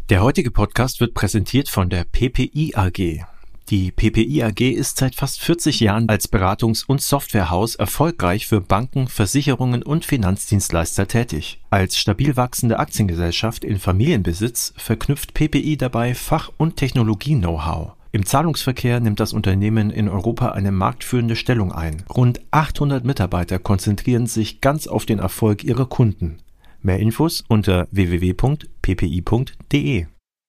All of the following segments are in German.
Der heutige Podcast wird präsentiert von der PPI AG. Die PPI AG ist seit fast 40 Jahren als Beratungs- und Softwarehaus erfolgreich für Banken, Versicherungen und Finanzdienstleister tätig. Als stabil wachsende Aktiengesellschaft in Familienbesitz verknüpft PPI dabei Fach- und Technologie-Know-how. Im Zahlungsverkehr nimmt das Unternehmen in Europa eine marktführende Stellung ein. Rund 800 Mitarbeiter konzentrieren sich ganz auf den Erfolg ihrer Kunden. Mehr Infos unter www.ppi.de.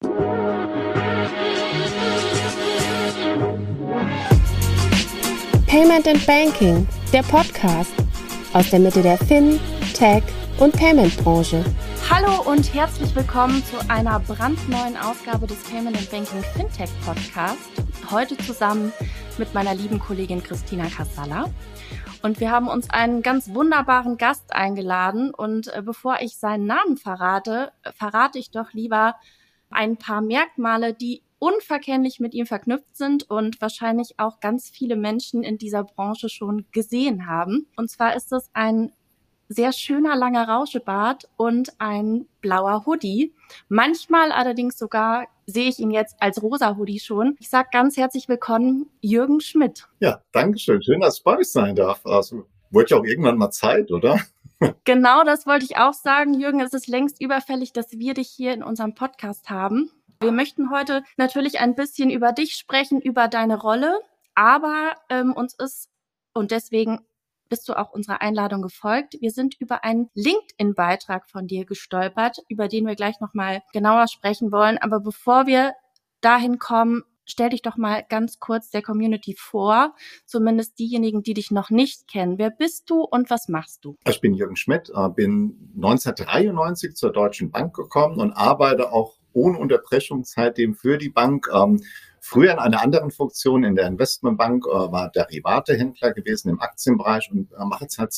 Payment and Banking, der Podcast aus der Mitte der Fin-, Tech- und Payment-Branche. Hallo und herzlich willkommen zu einer brandneuen Ausgabe des Payment and Banking Fintech Podcast. Heute zusammen mit meiner lieben Kollegin Christina Casalla. Und wir haben uns einen ganz wunderbaren Gast eingeladen. Und bevor ich seinen Namen verrate ich doch lieber ein paar Merkmale, die unverkennlich mit ihm verknüpft sind und wahrscheinlich auch ganz viele Menschen in dieser Branche schon gesehen haben. Und zwar ist es ein sehr schöner, langer Rauschebart und ein blauer Hoodie. Manchmal allerdings sogar sehe ich ihn jetzt als rosa Hoodie schon. Ich sage ganz herzlich willkommen, Jürgen Schmidt. Ja, danke schön. Schön, dass ich bei euch sein darf. Also, wurde ja auch irgendwann mal Zeit, oder? Genau, das wollte ich auch sagen. Jürgen, es ist längst überfällig, dass wir dich hier in unserem Podcast haben. Wir möchten heute natürlich ein bisschen über dich sprechen, über deine Rolle, aber uns ist, und deswegen bist du auch unserer Einladung gefolgt, wir sind über einen LinkedIn-Beitrag von dir gestolpert, über den wir gleich nochmal genauer sprechen wollen. Aber bevor wir dahin kommen, stell dich doch mal ganz kurz der Community vor, zumindest diejenigen, die dich noch nicht kennen. Wer bist du und was machst du? Ich bin Jürgen Schmidt, bin 1993 zur Deutschen Bank gekommen und arbeite auch ohne Unterbrechung seitdem für die Bank. Früher in einer anderen Funktion in der Investmentbank, war Derivatehändler gewesen im Aktienbereich und mache seit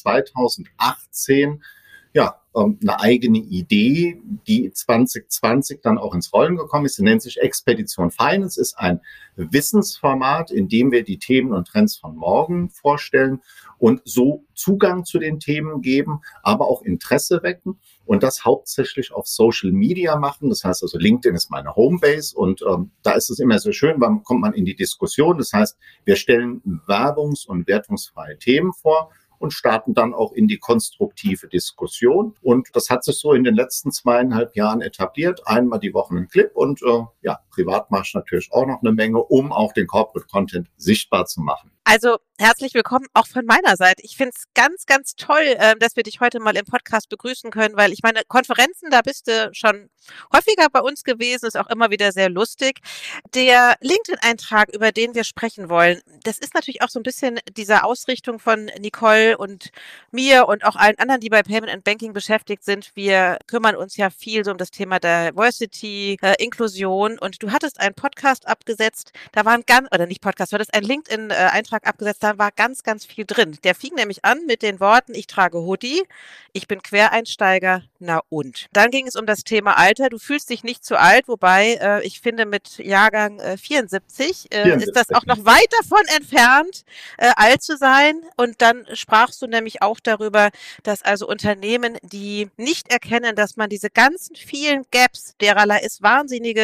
2018 eine eigene Idee, die 2020 dann auch ins Rollen gekommen ist. Sie nennt sich Expedition Finance, ist ein Wissensformat, in dem wir die Themen und Trends von morgen vorstellen und so Zugang zu den Themen geben, aber auch Interesse wecken und das hauptsächlich auf Social Media machen. Das heißt also, LinkedIn ist meine Homebase und da ist es immer so schön, wann kommt man in die Diskussion. Das heißt, wir stellen werbungs- und wertungsfreie Themen vor und starten dann auch in die konstruktive Diskussion. Und das hat sich so in den letzten 2,5 Jahren etabliert. Einmal die Woche ein Clip und privat mache ich natürlich auch noch eine Menge, um auch den Corporate Content sichtbar zu machen. Also herzlich willkommen auch von meiner Seite. Ich finde es ganz, ganz toll, dass wir dich heute mal im Podcast begrüßen können, weil ich meine, Konferenzen, da bist du schon häufiger bei uns gewesen, ist auch immer wieder sehr lustig. Der LinkedIn-Eintrag, über den wir sprechen wollen, das ist natürlich auch so ein bisschen diese Ausrichtung von Nicole und mir und auch allen anderen, die bei Payment and Banking beschäftigt sind. Wir kümmern uns ja viel so um das Thema Diversity, Inklusion und du hattest einen Podcast abgesetzt, da waren du hattest einen LinkedIn-Eintrag abgesetzt, da war ganz, ganz viel drin. Der fing nämlich an mit den Worten, ich trage Hoodie, ich bin Quereinsteiger, na und. Dann ging es um das Thema Alter. Du fühlst dich nicht zu alt, wobei ich finde mit Jahrgang 74 ist das auch noch weit davon entfernt, alt zu sein. Und dann sprachst du nämlich auch darüber, dass also Unternehmen, die nicht erkennen, dass man diese ganzen vielen Gaps, dererlei es wahnsinnig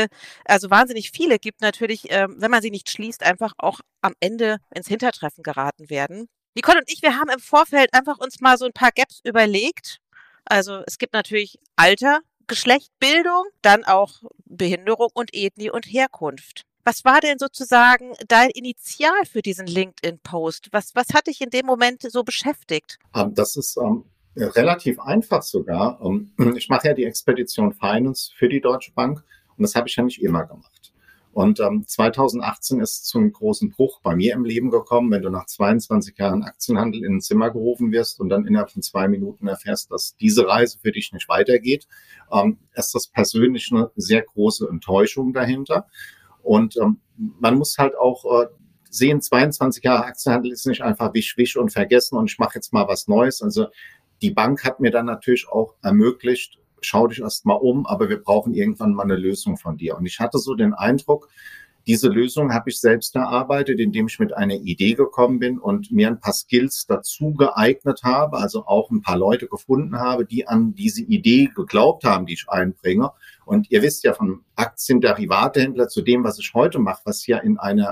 viele gibt, natürlich, wenn man sie nicht schließt, einfach auch am Ende ins Hintertreffen geraten werden. Nicole und ich, wir haben im Vorfeld einfach uns mal so ein paar Gaps überlegt. Also es gibt natürlich Alter, Geschlecht, Bildung, dann auch Behinderung und Ethnie und Herkunft. Was war denn sozusagen dein Initial für diesen LinkedIn-Post? Was hat dich in dem Moment so beschäftigt? Das ist relativ einfach sogar. Ich mache ja die Expedition Finance für die Deutsche Bank und das habe ich ja nicht immer gemacht. Und 2018 ist zu einem großen Bruch bei mir im Leben gekommen, wenn du nach 22 Jahren Aktienhandel in ein Zimmer gerufen wirst und dann innerhalb von 2 Minuten erfährst, dass diese Reise für dich nicht weitergeht. Ist das persönlich eine sehr große Enttäuschung dahinter. Und man muss halt auch sehen, 22 Jahre Aktienhandel ist nicht einfach wisch und vergessen und ich mache jetzt mal was Neues. Also die Bank hat mir dann natürlich auch ermöglicht, schau dich erst mal um, aber wir brauchen irgendwann mal eine Lösung von dir. Und ich hatte so den Eindruck, diese Lösung habe ich selbst erarbeitet, indem ich mit einer Idee gekommen bin und mir ein paar Skills dazu geeignet habe, also auch ein paar Leute gefunden habe, die an diese Idee geglaubt haben, die ich einbringe Und ihr wisst ja von Aktienderivatehändler zu dem, was ich heute mache, was ja in einem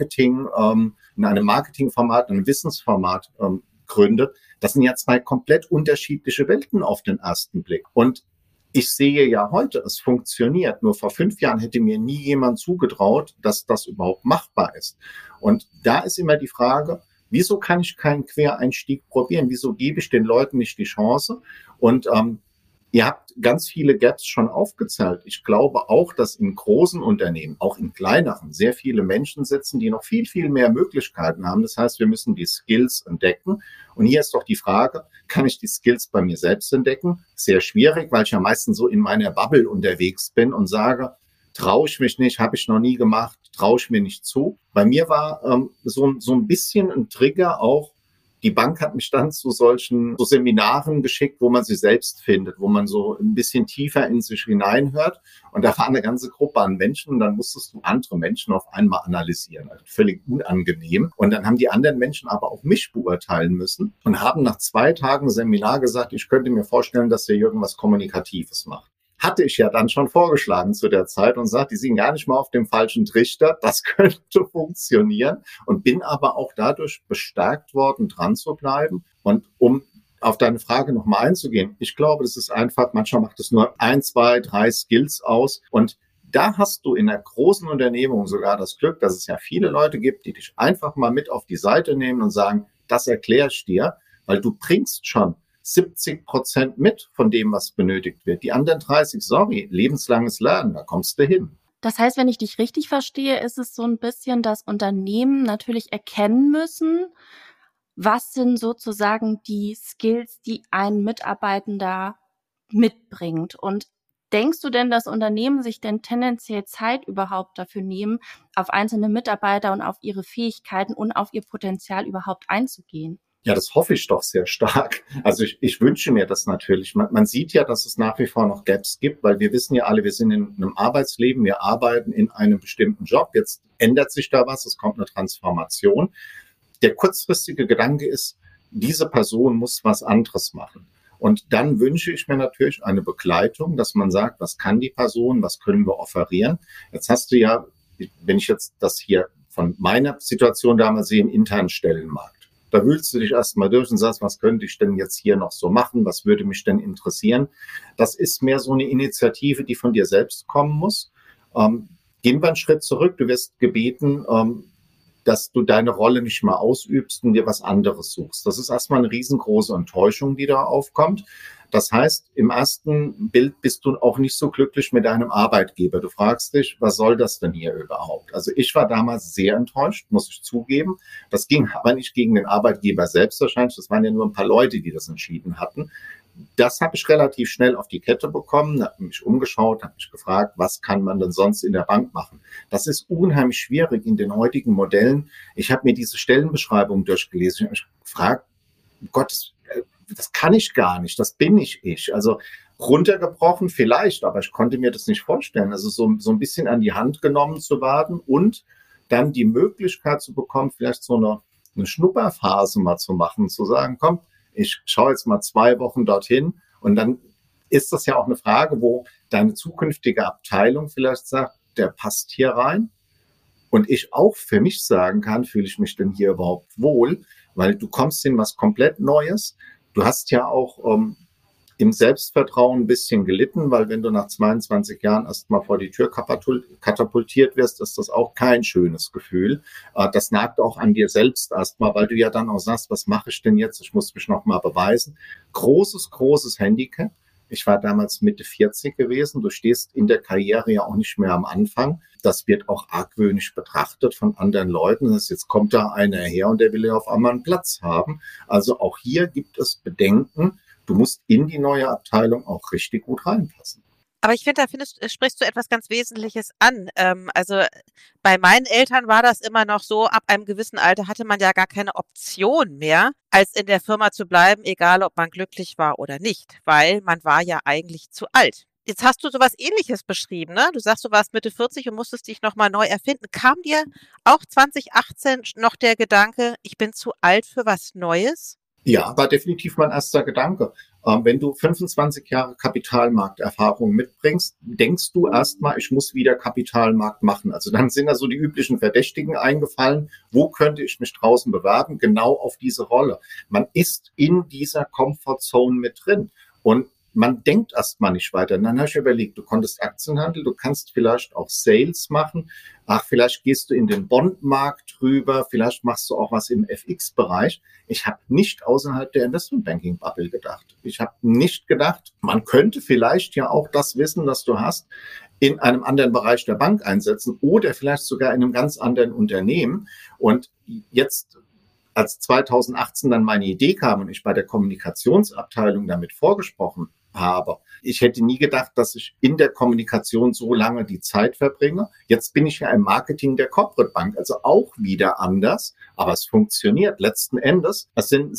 Marketingformat, einem Wissensformat gründet, das sind ja zwei komplett unterschiedliche Welten auf den ersten Blick. Und ich sehe ja heute, es funktioniert. Nur vor 5 Jahren hätte mir nie jemand zugetraut, dass das überhaupt machbar ist. Und da ist immer die Frage, wieso kann ich keinen Quereinstieg probieren? Wieso gebe ich den Leuten nicht die Chance? Und ihr habt ganz viele Gaps schon aufgezählt. Ich glaube auch, dass in großen Unternehmen, auch in kleineren, sehr viele Menschen sitzen, die noch viel, viel mehr Möglichkeiten haben. Das heißt, wir müssen die Skills entdecken. Und hier ist doch die Frage, kann ich die Skills bei mir selbst entdecken? Sehr schwierig, weil ich ja meistens so in meiner Bubble unterwegs bin und sage, traue ich mich nicht, habe ich noch nie gemacht, traue ich mir nicht zu. Bei mir war so ein bisschen ein Trigger auch, die Bank hat mich dann zu solchen Seminaren geschickt, wo man sich selbst findet, wo man so ein bisschen tiefer in sich hineinhört. Und da war eine ganze Gruppe an Menschen und dann musstest du andere Menschen auf einmal analysieren. Also völlig unangenehm. Und dann haben die anderen Menschen aber auch mich beurteilen müssen und haben nach 2 Tagen Seminar gesagt, ich könnte mir vorstellen, dass der Jürgen was Kommunikatives macht. Hatte ich ja dann schon vorgeschlagen zu der Zeit und sagte, die sind gar nicht mal auf dem falschen Trichter, das könnte funktionieren und bin aber auch dadurch bestärkt worden, dran zu bleiben. Und um auf deine Frage nochmal einzugehen, ich glaube, das ist einfach, manchmal macht es nur 1, 2, 3 Skills aus und da hast du in einer großen Unternehmung sogar das Glück, dass es ja viele Leute gibt, die dich einfach mal mit auf die Seite nehmen und sagen, das erkläre ich dir, weil du bringst schon 70% mit von dem, was benötigt wird. Die anderen 30, lebenslanges Lernen, da kommst du hin. Das heißt, wenn ich dich richtig verstehe, ist es so ein bisschen, dass Unternehmen natürlich erkennen müssen, was sind sozusagen die Skills, die ein Mitarbeitender mitbringt. Und denkst du denn, dass Unternehmen sich denn tendenziell Zeit überhaupt dafür nehmen, auf einzelne Mitarbeiter und auf ihre Fähigkeiten und auf ihr Potenzial überhaupt einzugehen? Ja, das hoffe ich doch sehr stark. Also ich wünsche mir das natürlich. Man sieht ja, dass es nach wie vor noch Gaps gibt, weil wir wissen ja alle, wir sind in einem Arbeitsleben, wir arbeiten in einem bestimmten Job. Jetzt ändert sich da was, es kommt eine Transformation. Der kurzfristige Gedanke ist, diese Person muss was anderes machen. Und dann wünsche ich mir natürlich eine Begleitung, dass man sagt, was kann die Person, was können wir offerieren. Jetzt hast du ja, wenn ich jetzt das hier von meiner Situation damals sehe, einen internen Stellenmarkt. Da wühlst du dich erstmal durch und sagst, was könnte ich denn jetzt hier noch so machen? Was würde mich denn interessieren? Das ist mehr so eine Initiative, die von dir selbst kommen muss. Gehen wir einen Schritt zurück. Du wirst gebeten, dass du deine Rolle nicht mehr ausübst und dir was anderes suchst. Das ist erstmal eine riesengroße Enttäuschung, die da aufkommt. Das heißt, im ersten Bild bist du auch nicht so glücklich mit deinem Arbeitgeber. Du fragst dich, was soll das denn hier überhaupt? Also ich war damals sehr enttäuscht, muss ich zugeben. Das ging aber nicht gegen den Arbeitgeber selbst wahrscheinlich. Das waren ja nur ein paar Leute, die das entschieden hatten. Das habe ich relativ schnell auf die Kette bekommen, habe mich umgeschaut, habe mich gefragt, was kann man denn sonst in der Bank machen? Das ist unheimlich schwierig in den heutigen Modellen. Ich habe mir diese Stellenbeschreibung durchgelesen. Ich habe mich gefragt, Gott, das kann ich gar nicht, das bin nicht ich. Also runtergebrochen vielleicht, aber ich konnte mir das nicht vorstellen. Also so ein bisschen an die Hand genommen zu werden und dann die Möglichkeit zu bekommen, vielleicht so eine Schnupperphase mal zu machen, zu sagen, komm, ich schaue jetzt mal 2 Wochen dorthin und dann ist das ja auch eine Frage, wo deine zukünftige Abteilung vielleicht sagt, der passt hier rein und ich auch für mich sagen kann, fühle ich mich denn hier überhaupt wohl, weil du kommst in was komplett Neues. Du hast ja auch im Selbstvertrauen ein bisschen gelitten, weil wenn du nach 22 Jahren erst mal vor die Tür katapultiert wirst, ist das auch kein schönes Gefühl. Das nagt auch an dir selbst erst mal, weil du ja dann auch sagst, was mache ich denn jetzt? Ich muss mich noch mal beweisen. Großes Handicap. Ich war damals Mitte 40 gewesen. Du stehst in der Karriere ja auch nicht mehr am Anfang. Das wird auch argwöhnisch betrachtet von anderen Leuten. Das heißt, jetzt kommt da einer her und der will ja auf einmal einen Platz haben. Also auch hier gibt es Bedenken. Du musst in die neue Abteilung auch richtig gut reinpassen. Aber ich finde, sprichst du etwas ganz Wesentliches an. Also bei meinen Eltern war das immer noch so, ab einem gewissen Alter hatte man ja gar keine Option mehr, als in der Firma zu bleiben, egal ob man glücklich war oder nicht, weil man war ja eigentlich zu alt. Jetzt hast du sowas Ähnliches beschrieben, ne? Du sagst, du warst Mitte 40 und musstest dich nochmal neu erfinden. Kam dir auch 2018 noch der Gedanke, ich bin zu alt für was Neues? Ja, war definitiv mein erster Gedanke. Wenn du 25 Jahre Kapitalmarkterfahrung mitbringst, denkst du erstmal, ich muss wieder Kapitalmarkt machen. Also dann sind da so die üblichen Verdächtigen eingefallen. Wo könnte ich mich draußen bewerben? Genau auf diese Rolle. Man ist in dieser Comfortzone mit drin. Und man denkt erstmal nicht weiter. Und dann habe ich überlegt, du konntest Aktienhandel, du kannst vielleicht auch Sales machen. Ach, vielleicht gehst du in den Bondmarkt rüber, vielleicht machst du auch was im FX-Bereich. Ich habe nicht außerhalb der Investmentbanking-Bubble gedacht. Ich habe nicht gedacht, man könnte vielleicht ja auch das Wissen, das du hast, in einem anderen Bereich der Bank einsetzen oder vielleicht sogar in einem ganz anderen Unternehmen. Und jetzt, als 2018 dann meine Idee kam und ich bei der Kommunikationsabteilung damit vorgesprochen habe, ich hätte nie gedacht, dass ich in der Kommunikation so lange die Zeit verbringe. Jetzt bin ich ja im Marketing der Corporate Bank, also auch wieder anders, aber es funktioniert letzten Endes. Es sind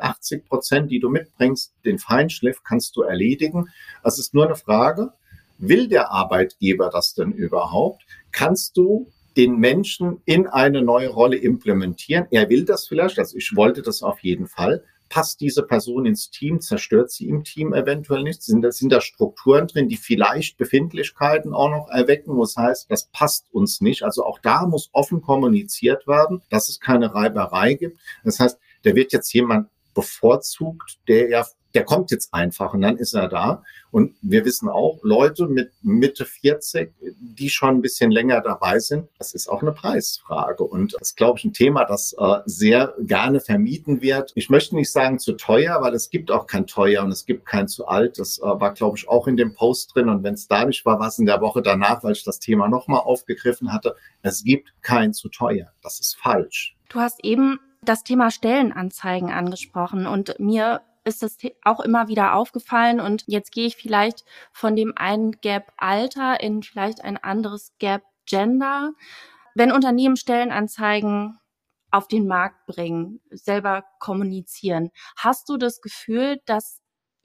70-80%, die du mitbringst. Den Feinschliff kannst du erledigen. Es ist nur eine Frage, will der Arbeitgeber das denn überhaupt? Kannst du den Menschen in eine neue Rolle implementieren? Er will das vielleicht, also ich wollte das auf jeden Fall. Passt diese Person ins Team? Zerstört sie im Team eventuell nicht? Sind da Strukturen drin, die vielleicht Befindlichkeiten auch noch erwecken? Was heißt, das passt uns nicht. Also auch da muss offen kommuniziert werden, dass es keine Reiberei gibt. Das heißt, da wird jetzt jemand bevorzugt, der kommt jetzt einfach und dann ist er da. Und wir wissen auch, Leute mit Mitte 40, die schon ein bisschen länger dabei sind, das ist auch eine Preisfrage. Und das ist, glaube ich, ein Thema, das sehr gerne vermieden wird. Ich möchte nicht sagen zu teuer, weil es gibt auch kein teuer und es gibt kein zu alt. Das war, glaube ich, auch in dem Post drin. Und wenn es da nicht war, war es in der Woche danach, weil ich das Thema nochmal aufgegriffen hatte. Es gibt kein zu teuer. Das ist falsch. Du hast eben das Thema Stellenanzeigen angesprochen und mir ist das auch immer wieder aufgefallen und jetzt gehe ich vielleicht von dem einen Gap Alter in vielleicht ein anderes Gap Gender. Wenn Unternehmen Stellenanzeigen auf den Markt bringen, selber kommunizieren, hast du das Gefühl, dass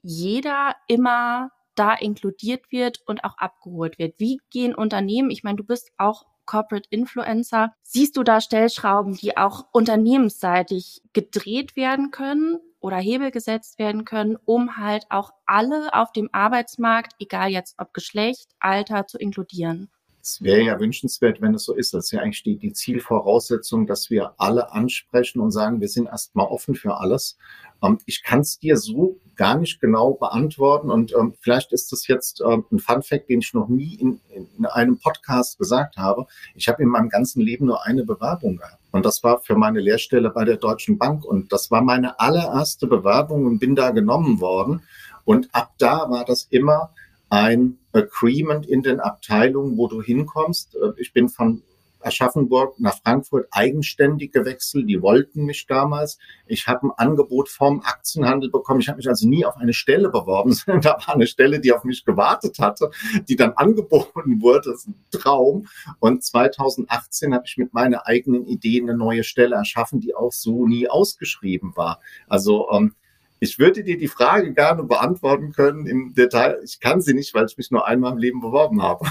jeder immer da inkludiert wird und auch abgeholt wird? Wie gehen Unternehmen, ich meine, du bist auch Corporate Influencer, siehst du da Stellschrauben, die auch unternehmensseitig gedreht werden können oder Hebel gesetzt werden können, um halt auch alle auf dem Arbeitsmarkt, egal jetzt ob Geschlecht, Alter, zu inkludieren? Es wäre ja wünschenswert, wenn es so ist. Das ist ja eigentlich die Zielvoraussetzung, dass wir alle ansprechen und sagen, wir sind erstmal offen für alles. Ich kann es dir so gar nicht genau beantworten und vielleicht ist das jetzt ein Funfact, den ich noch nie in einem Podcast gesagt habe. Ich habe in meinem ganzen Leben nur eine Bewerbung gehabt und das war für meine Lehrstelle bei der Deutschen Bank und das war meine allererste Bewerbung und bin da genommen worden und ab da war das immer ein Agreement in den Abteilungen, wo du hinkommst. Ich bin von Aschaffenburg nach Frankfurt eigenständig gewechselt. Die wollten mich damals. Ich habe ein Angebot vom Aktienhandel bekommen. Ich habe mich also nie auf eine Stelle beworben. Da war eine Stelle, die auf mich gewartet hatte, die dann angeboten wurde. Das ist ein Traum. Und 2018 habe ich mit meiner eigenen Idee eine neue Stelle erschaffen, die auch so nie ausgeschrieben war. Also ich würde dir die Frage gerne beantworten können im Detail. Ich kann sie nicht, weil ich mich nur einmal im Leben beworben habe.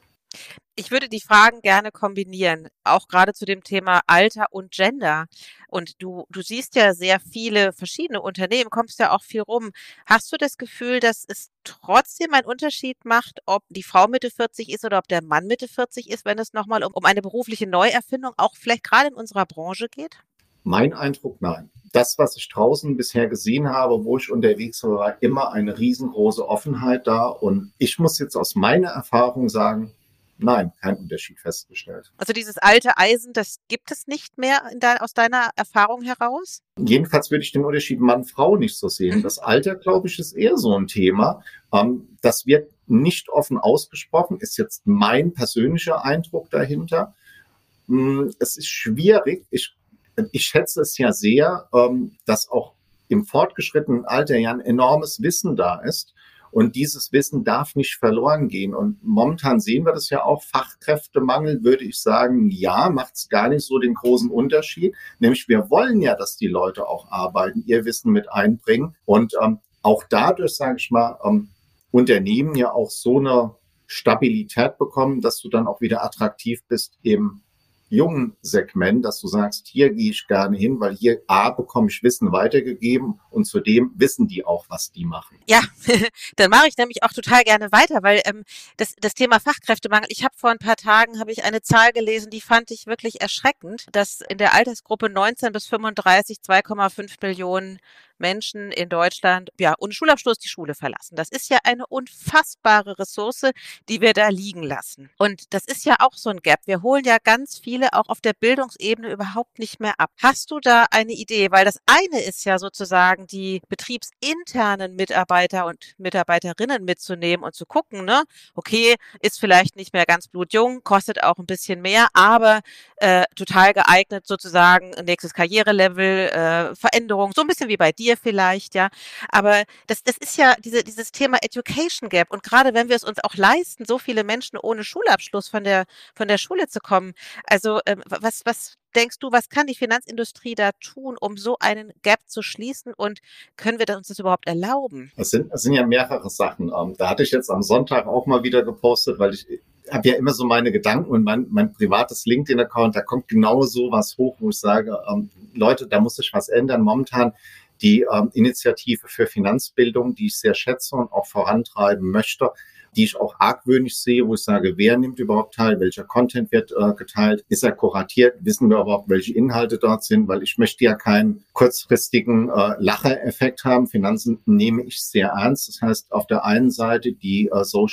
Ich würde die Fragen gerne kombinieren, auch gerade zu dem Thema Alter und Gender. Und du siehst ja sehr viele verschiedene Unternehmen, kommst ja auch viel rum. Hast du das Gefühl, dass es trotzdem einen Unterschied macht, ob die Frau Mitte 40 ist oder ob der Mann Mitte 40 ist, wenn es nochmal um eine berufliche Neuerfindung auch vielleicht gerade in unserer Branche geht? Mein Eindruck, nein. Das, was ich draußen bisher gesehen habe, wo ich unterwegs war, war immer eine riesengroße Offenheit da. Und ich muss jetzt aus meiner Erfahrung sagen, nein, kein Unterschied festgestellt. Also dieses alte Eisen, das gibt es nicht mehr aus deiner Erfahrung heraus? Jedenfalls würde ich den Unterschied Mann-Frau nicht so sehen. Das Alter, glaube ich, ist eher so ein Thema. Das wird nicht offen ausgesprochen, ist jetzt mein persönlicher Eindruck dahinter. Es ist schwierig. Ich schätze es ja sehr, dass auch im fortgeschrittenen Alter ja ein enormes Wissen da ist. Und dieses Wissen darf nicht verloren gehen. Und momentan sehen wir das ja auch, Fachkräftemangel, würde ich sagen, ja, macht es gar nicht so den großen Unterschied. Nämlich wir wollen ja, dass die Leute auch arbeiten, ihr Wissen mit einbringen. Und auch dadurch, sage ich mal, Unternehmen ja auch so eine Stabilität bekommen, dass du dann auch wieder attraktiv bist im jungen Segment, dass du sagst, hier gehe ich gerne hin, weil hier bekomme ich Wissen weitergegeben und zudem wissen die auch, was die machen. Ja, dann mache ich nämlich auch total gerne weiter, weil das Thema Fachkräftemangel, ich habe vor ein paar Tagen eine Zahl gelesen, die fand ich wirklich erschreckend, dass in der Altersgruppe 19 bis 35 2,5 Millionen Menschen in Deutschland ohne Schulabschluss die Schule verlassen. Das ist ja eine unfassbare Ressource, die wir da liegen lassen. Und das ist ja auch so ein Gap. Wir holen ja ganz viele auch auf der Bildungsebene überhaupt nicht mehr ab. Hast du da eine Idee? Weil das eine ist ja sozusagen die betriebsinternen Mitarbeiter und Mitarbeiterinnen mitzunehmen und zu gucken, ne? Okay, ist vielleicht nicht mehr ganz blutjung, kostet auch ein bisschen mehr, aber total geeignet sozusagen, nächstes Karrierelevel, Veränderung, so ein bisschen wie bei dir vielleicht, ja. Aber das ist ja dieses Thema Education Gap. Und gerade wenn wir es uns auch leisten, so viele Menschen ohne Schulabschluss von der Schule zu kommen. Also was denkst du, was kann die Finanzindustrie da tun, um so einen Gap zu schließen? Und können wir uns das überhaupt erlauben? Es sind ja mehrere Sachen. Da hatte ich jetzt am Sonntag auch mal wieder gepostet, weil ich habe ja immer so meine Gedanken und mein privates LinkedIn-Account, da kommt genau so was hoch, wo ich sage, Leute, da muss sich was ändern. Momentan die Initiative für Finanzbildung, die ich sehr schätze und auch vorantreiben möchte, die ich auch argwöhnisch sehe, wo ich sage, wer nimmt überhaupt teil, welcher Content wird geteilt, ist er kuratiert, wissen wir überhaupt, welche Inhalte dort sind, weil ich möchte ja keinen kurzfristigen Lachereffekt haben. Finanzen nehme ich sehr ernst. Das heißt, auf der einen Seite die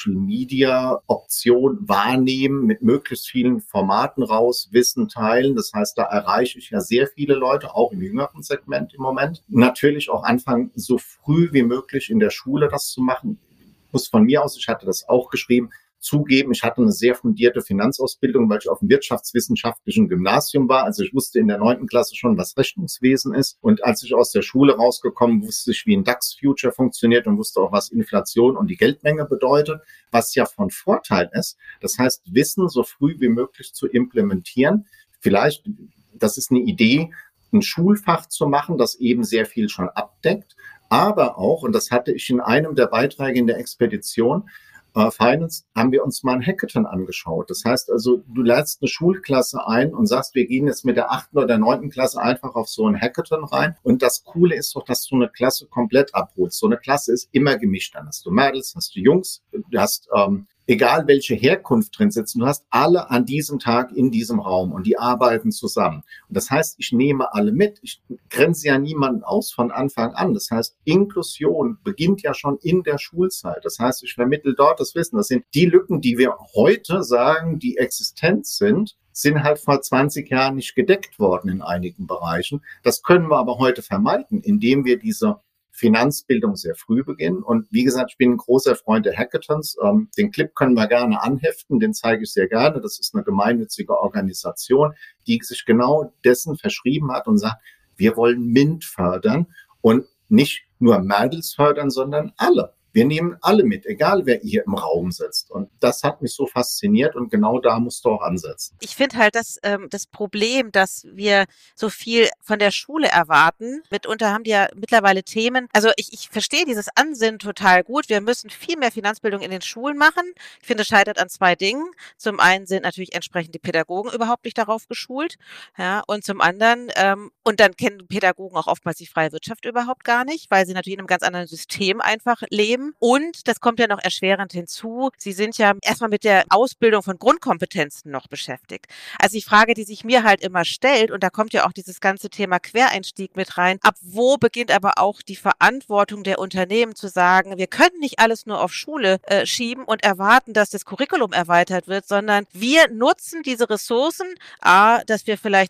Social-Media-Option wahrnehmen, mit möglichst vielen Formaten raus, Wissen teilen. Das heißt, da erreiche ich ja sehr viele Leute, auch im jüngeren Segment im Moment. Natürlich auch anfangen, so früh wie möglich in der Schule das zu machen. Muss von mir aus, ich hatte das auch geschrieben, zugeben, ich hatte eine sehr fundierte Finanzausbildung, weil ich auf dem wirtschaftswissenschaftlichen Gymnasium war. Also ich wusste in der 9. Klasse schon, was Rechnungswesen ist. Und als ich aus der Schule rausgekommen, wusste ich, wie ein DAX-Future funktioniert und wusste auch, was Inflation und die Geldmenge bedeutet, was ja von Vorteil ist. Das heißt, Wissen so früh wie möglich zu implementieren. Vielleicht, das ist eine Idee, ein Schulfach zu machen, das eben sehr viel schon abdeckt. Aber auch, und das hatte ich in einem der Beiträge in der Expedition Finance, haben wir uns mal ein Hackathon angeschaut. Das heißt also, du lädst eine Schulklasse ein und sagst, wir gehen jetzt mit der 8. oder 9. Klasse einfach auf so ein Hackathon rein. Und das Coole ist doch, dass du eine Klasse komplett abholst. So eine Klasse ist immer gemischt. Dann hast du Mädels, hast du Jungs, du hast egal welche Herkunft drin sitzen, du hast alle an diesem Tag in diesem Raum und die arbeiten zusammen. Und das heißt, ich nehme alle mit. Ich grenze ja niemanden aus von Anfang an. Das heißt, Inklusion beginnt ja schon in der Schulzeit. Das heißt, ich vermittle dort das Wissen. Das sind die Lücken, die wir heute sagen, die existent sind halt vor 20 Jahren nicht gedeckt worden in einigen Bereichen. Das können wir aber heute vermeiden, indem wir diese Finanzbildung sehr früh beginnen. Und wie gesagt, ich bin ein großer Freund der Hackathons. Den Clip können wir gerne anheften, den zeige ich sehr gerne. Das ist eine gemeinnützige Organisation, die sich genau dessen verschrieben hat und sagt, wir wollen MINT fördern und nicht nur Mädels fördern, sondern alle. Wir nehmen alle mit, egal wer hier im Raum sitzt. Und das hat mich so fasziniert und genau da musst du auch ansetzen. Ich finde halt, dass das Problem, dass wir so viel von der Schule erwarten, mitunter haben die ja mittlerweile Themen, also ich verstehe dieses Ansinnen total gut, wir müssen viel mehr Finanzbildung in den Schulen machen. Ich finde, es scheitert an zwei Dingen. Zum einen sind natürlich entsprechend die Pädagogen überhaupt nicht darauf geschult, ja, und zum anderen, und dann kennen Pädagogen auch oftmals die freie Wirtschaft überhaupt gar nicht, weil sie natürlich in einem ganz anderen System einfach leben. Und das kommt ja noch erschwerend hinzu. Sie sind ja erstmal mit der Ausbildung von Grundkompetenzen noch beschäftigt. Also die Frage, die sich mir halt immer stellt, und da kommt ja auch dieses ganze Thema Quereinstieg mit rein, ab wo beginnt aber auch die Verantwortung der Unternehmen zu sagen, wir können nicht alles nur auf Schule schieben und erwarten, dass das Curriculum erweitert wird, sondern wir nutzen diese Ressourcen, dass wir vielleicht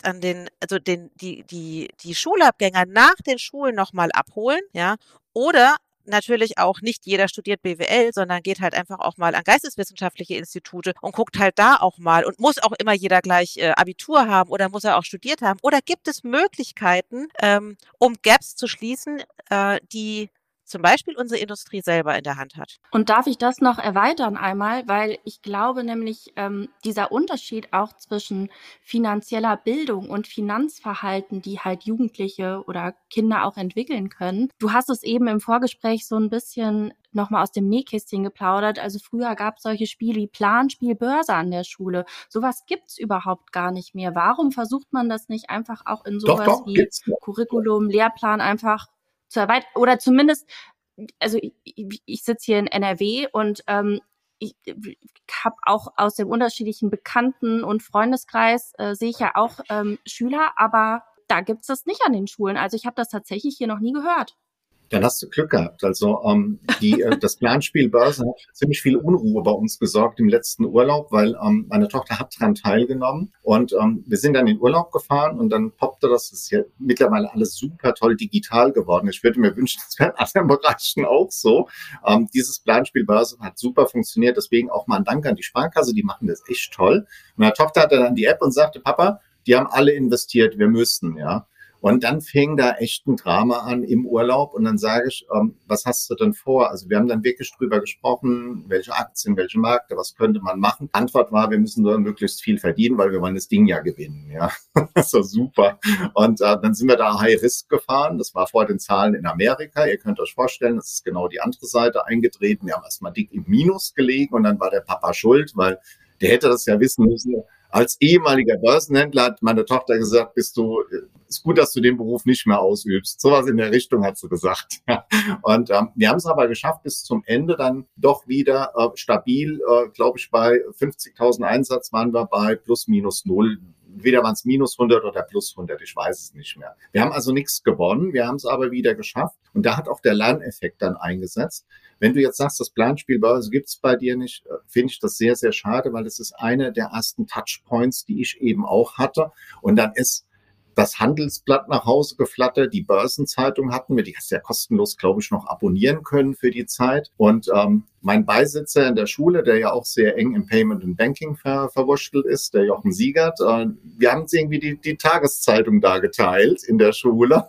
die Schulabgänger nach den Schulen nochmal abholen, ja, oder natürlich auch nicht jeder studiert BWL, sondern geht halt einfach auch mal an geisteswissenschaftliche Institute und guckt halt da auch mal. Und muss auch immer jeder gleich Abitur haben oder muss er auch studiert haben? Oder gibt es Möglichkeiten, um Gaps zu schließen, die zum Beispiel unsere Industrie selber in der Hand hat? Und darf ich das noch erweitern einmal, weil ich glaube nämlich, dieser Unterschied auch zwischen finanzieller Bildung und Finanzverhalten, die halt Jugendliche oder Kinder auch entwickeln können. Du hast es eben im Vorgespräch so ein bisschen nochmal aus dem Nähkästchen geplaudert. Also früher gab es solche Spiele wie Planspiel, Börse an der Schule. Sowas gibt's überhaupt gar nicht mehr. Warum versucht man das nicht einfach auch in sowas Doch, wie gibt's noch. Curriculum, Lehrplan einfach zu erweitern? Oder zumindest, also ich sitze hier in NRW und ich habe auch aus dem unterschiedlichen Bekannten- und Freundeskreis, sehe ich ja auch Schüler, aber da gibt's das nicht an den Schulen. Also ich habe das tatsächlich hier noch nie gehört. Dann hast du Glück gehabt. Also das Planspiel Börse hat für ziemlich viel Unruhe bei uns gesorgt im letzten Urlaub, weil meine Tochter hat daran teilgenommen und wir sind dann in Urlaub gefahren und dann poppte das. Das ist ja mittlerweile alles super toll digital geworden. Ich würde mir wünschen, das wäre in anderen Bereichen auch so. Dieses Planspiel Börse hat super funktioniert. Deswegen auch mal ein Dank an die Sparkasse. Die machen das echt toll. Meine Tochter hatte dann die App und sagte, Papa, die haben alle investiert, wir müssen, ja. Und dann fing da echt ein Drama an im Urlaub und dann sage ich, was hast du denn vor? Also wir haben dann wirklich drüber gesprochen, welche Aktien, welche Märkte, was könnte man machen? Antwort war, wir müssen nur möglichst viel verdienen, weil wir wollen das Ding ja gewinnen. Ja, das war super. Und dann sind wir da High Risk gefahren. Das war vor den Zahlen in Amerika. Ihr könnt euch vorstellen, das ist genau die andere Seite eingetreten. Wir haben erstmal dick im Minus gelegen und dann war der Papa schuld, weil der hätte das ja wissen müssen. Als ehemaliger Börsenhändler hat meine Tochter gesagt, ist gut, dass du den Beruf nicht mehr ausübst. Sowas in der Richtung hat sie gesagt. Und wir haben es aber geschafft, bis zum Ende dann doch wieder stabil, glaube ich, bei 50.000 Einsatz waren wir bei plus minus null. Entweder waren es minus 100 oder plus 100, ich weiß es nicht mehr. Wir haben also nichts gewonnen, wir haben es aber wieder geschafft. Und da hat auch der Lerneffekt dann eingesetzt. Wenn du jetzt sagst, das Planspiel Börse gibt's bei dir nicht, finde ich das sehr, sehr schade, weil es ist einer der ersten Touchpoints, die ich eben auch hatte. Und dann ist das Handelsblatt nach Hause geflattert, die Börsenzeitung hatten wir, die hast du ja kostenlos, glaube ich, noch abonnieren können für die Zeit. Und mein Beisitzer in der Schule, der ja auch sehr eng im Payment and Banking verwurschtelt ist, der Jochen Siegert, wir haben uns irgendwie die Tageszeitung da geteilt in der Schule.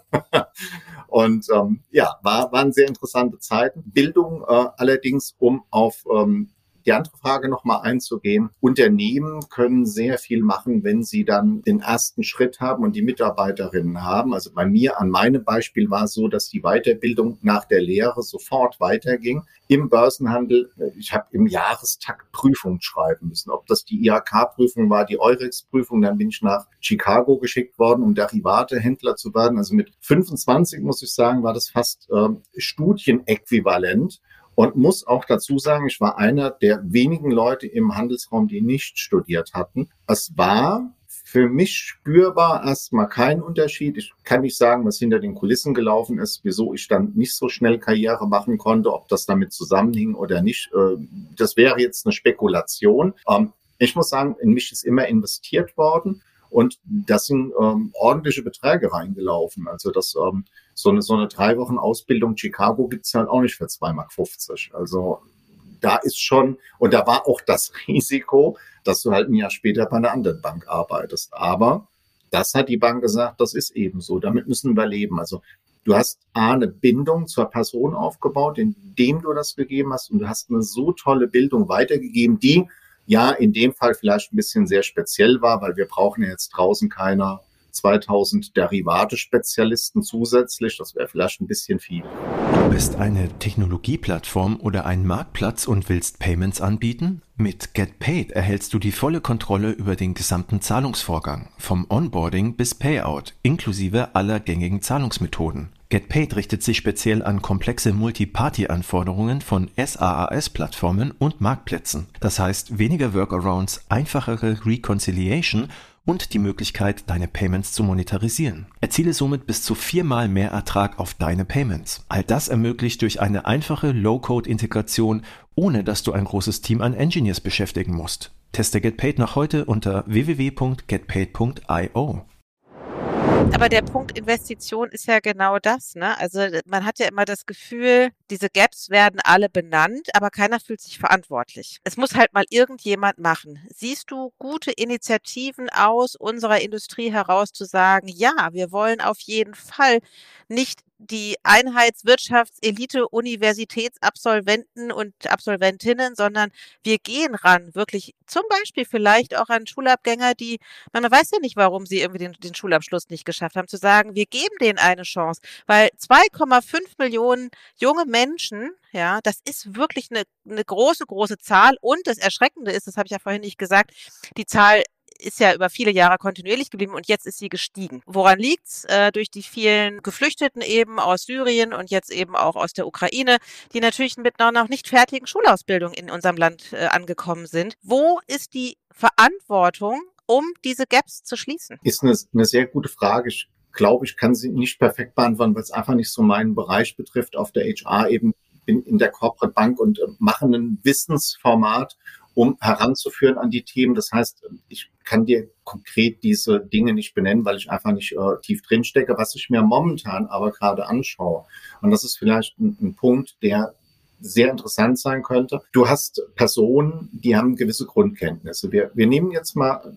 Und waren sehr interessante Zeiten. Bildung allerdings, um auf die andere Frage nochmal einzugehen. Unternehmen können sehr viel machen, wenn sie dann den ersten Schritt haben und die Mitarbeiterinnen haben. Also bei mir, an meinem Beispiel war es so, dass die Weiterbildung nach der Lehre sofort weiterging. Im Börsenhandel, ich habe im Jahrestakt Prüfungen schreiben müssen. Ob das die IHK-Prüfung war, die Eurex-Prüfung, dann bin ich nach Chicago geschickt worden, um Derivatehändler zu werden. Also mit 25, muss ich sagen, war das fast Studienäquivalent. Und muss auch dazu sagen, ich war einer der wenigen Leute im Handelsraum, die nicht studiert hatten. Es war für mich spürbar erstmal kein Unterschied. Ich kann nicht sagen, was hinter den Kulissen gelaufen ist, wieso ich dann nicht so schnell Karriere machen konnte, ob das damit zusammenhing oder nicht. Das wäre jetzt eine Spekulation. Ich muss sagen, in mich ist immer investiert worden. Und das sind ordentliche Beträge reingelaufen. Also das so eine 3 Wochen Ausbildung Chicago gibt's halt auch nicht für 2,50 Mark. Also da ist schon, und da war auch das Risiko, dass du halt ein Jahr später bei einer anderen Bank arbeitest. Aber das hat die Bank gesagt, das ist eben so. Damit müssen wir leben. Also du hast eine Bindung zur Person aufgebaut, indem du das gegeben hast. Und du hast eine so tolle Bildung weitergegeben, die ja in dem Fall vielleicht ein bisschen sehr speziell war, weil wir brauchen ja jetzt draußen keine 2000 Derivate-Spezialisten zusätzlich. Das wäre vielleicht ein bisschen viel. Du bist eine Technologieplattform oder ein Marktplatz und willst Payments anbieten? Mit GetPaid erhältst du die volle Kontrolle über den gesamten Zahlungsvorgang, vom Onboarding bis Payout, inklusive aller gängigen Zahlungsmethoden. GetPaid richtet sich speziell an komplexe Multi-Party-Anforderungen von SaaS-Plattformen und Marktplätzen. Das heißt weniger Workarounds, einfachere Reconciliation und die Möglichkeit, deine Payments zu monetarisieren. Erziele somit bis zu 4-mal mehr Ertrag auf deine Payments. All das ermöglicht durch eine einfache Low-Code-Integration, ohne dass du ein großes Team an Engineers beschäftigen musst. Teste GetPaid noch heute unter www.getpaid.io. Aber der Punkt Investition ist ja genau das, ne? Also man hat ja immer das Gefühl, diese Gaps werden alle benannt, aber keiner fühlt sich verantwortlich. Es muss halt mal irgendjemand machen. Siehst du gute Initiativen aus unserer Industrie heraus zu sagen, ja, wir wollen auf jeden Fall nicht die Einheitswirtschaftselite Universitätsabsolventen und Absolventinnen, sondern wir gehen ran, wirklich zum Beispiel vielleicht auch an Schulabgänger, man weiß ja nicht, warum sie irgendwie den Schulabschluss nicht geschafft haben, zu sagen, wir geben denen eine Chance, weil 2,5 Millionen junge Menschen, ja, das ist wirklich eine große, große Zahl. Und das Erschreckende ist, das habe ich ja vorhin nicht gesagt, die Zahl ist ja über viele Jahre kontinuierlich geblieben und jetzt ist sie gestiegen. Woran liegt's? Durch die vielen Geflüchteten eben aus Syrien und jetzt eben auch aus der Ukraine, die natürlich mit einer noch nicht fertigen Schulausbildung in unserem Land angekommen sind. Wo ist die Verantwortung, um diese Gaps zu schließen? Ist eine sehr gute Frage. Ich glaube, ich kann sie nicht perfekt beantworten, weil es einfach nicht so meinen Bereich betrifft auf der HR-Ebene. Ich bin in der Corporate Bank und mache ein Wissensformat, um heranzuführen an die Themen. Das heißt, ich kann dir konkret diese Dinge nicht benennen, weil ich einfach nicht tief drin stecke, was ich mir momentan aber gerade anschaue. Und das ist vielleicht ein Punkt, der sehr interessant sein könnte. Du hast Personen, die haben gewisse Grundkenntnisse. Wir nehmen jetzt mal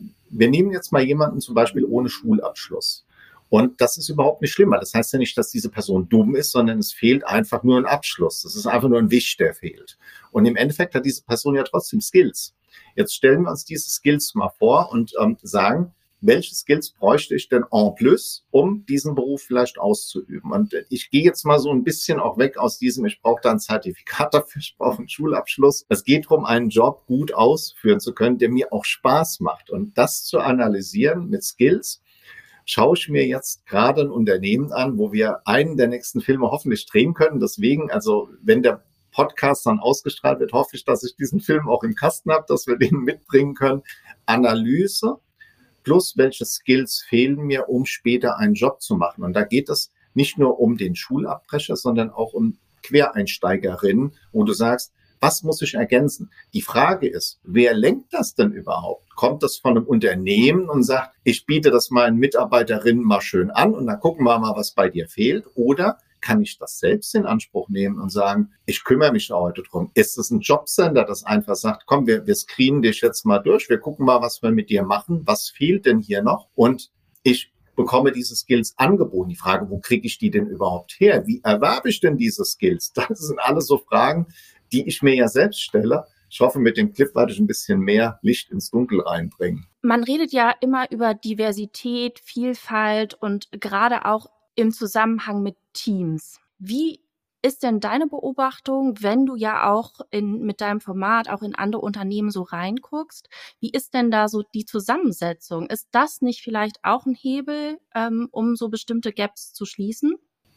jemanden zum Beispiel ohne Schulabschluss. Und das ist überhaupt nicht schlimm, weil das heißt ja nicht, dass diese Person dumm ist, sondern es fehlt einfach nur ein Abschluss. Das ist einfach nur ein Wisch, der fehlt. Und im Endeffekt hat diese Person ja trotzdem Skills. Jetzt stellen wir uns diese Skills mal vor und sagen, welche Skills bräuchte ich denn en plus, um diesen Beruf vielleicht auszuüben? Und ich gehe jetzt mal so ein bisschen auch weg aus diesem, ich brauche da ein Zertifikat dafür, ich brauche einen Schulabschluss. Es geht darum, einen Job gut ausführen zu können, der mir auch Spaß macht. Und das zu analysieren mit Skills, schaue ich mir jetzt gerade ein Unternehmen an, wo wir einen der nächsten Filme hoffentlich drehen können. Deswegen, also wenn der Podcast dann ausgestrahlt wird, hoffe ich, dass ich diesen Film auch im Kasten habe, dass wir den mitbringen können. Analyse plus welche Skills fehlen mir, um später einen Job zu machen. Und da geht es nicht nur um den Schulabbrecher, sondern auch um Quereinsteigerinnen, wo du sagst, was muss ich ergänzen? Die Frage ist, wer lenkt das denn überhaupt? Kommt das von einem Unternehmen und sagt, ich biete das meinen Mitarbeiterinnen mal schön an und dann gucken wir mal, was bei dir fehlt? Oder kann ich das selbst in Anspruch nehmen und sagen, ich kümmere mich heute drum? Ist es ein Jobcenter, das einfach sagt, komm, wir screenen dich jetzt mal durch, wir gucken mal, was wir mit dir machen, was fehlt denn hier noch? Und ich bekomme diese Skills angeboten. Die Frage, wo kriege ich die denn überhaupt her? Wie erwerbe ich denn diese Skills? Das sind alles so Fragen, die ich mir ja selbst stelle. Ich hoffe, mit dem Clip werde ich ein bisschen mehr Licht ins Dunkel reinbringen. Man redet ja immer über Diversität, Vielfalt und gerade auch im Zusammenhang mit Teams. Wie ist denn deine Beobachtung, wenn du ja auch mit deinem Format auch in andere Unternehmen so reinguckst? Wie ist denn da so die Zusammensetzung? Ist das nicht vielleicht auch ein Hebel, um so bestimmte Gaps zu schließen?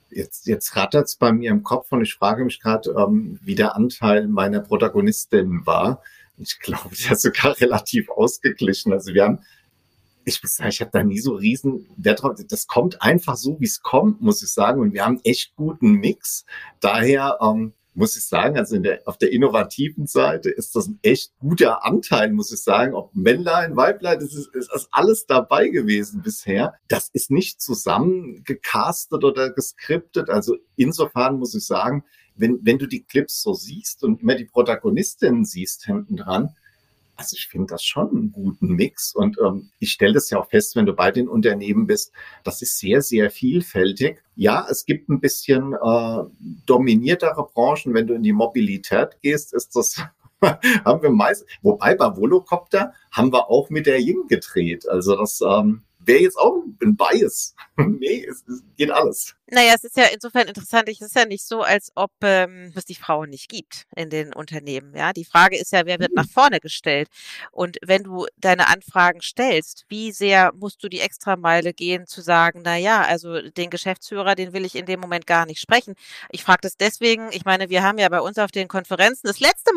Jetzt rattert es bei mir im Kopf und ich frage mich gerade, wie der Anteil meiner Protagonistin war. Ich glaube, der ist sogar relativ ausgeglichen. Also ich muss sagen, ich habe da nie so riesen Wert drauf. Das kommt einfach so, wie es kommt, muss ich sagen. Und wir haben echt guten Mix. Daher muss ich sagen, also auf der innovativen Seite ist das ein echt guter Anteil, muss ich sagen. Ob Männlein, Weiblein, ist alles dabei gewesen bisher. Das ist nicht zusammengecastet oder geskriptet. Also insofern muss ich sagen, wenn du die Clips so siehst und immer die Protagonistinnen siehst hinten dran, also ich finde das schon einen guten Mix und ich stelle das ja auch fest, wenn du bei den Unternehmen bist, das ist sehr, sehr vielfältig. Ja, es gibt ein bisschen dominiertere Branchen. Wenn du in die Mobilität gehst, ist das haben wir meist, wobei bei Volocopter haben wir auch mit der Ying gedreht. Also das wäre jetzt auch ein Bias. Nee, es geht alles. Naja, es ist ja insofern interessant, es ist ja nicht so, als ob es die Frauen nicht gibt in den Unternehmen. Ja, die Frage ist ja, wer wird nach vorne gestellt? Und wenn du deine Anfragen stellst, wie sehr musst du die Extrameile gehen, zu sagen, na ja, also den Geschäftsführer, den will ich in dem Moment gar nicht sprechen. Ich frage das deswegen, ich meine, wir haben ja bei uns auf den Konferenzen das letzte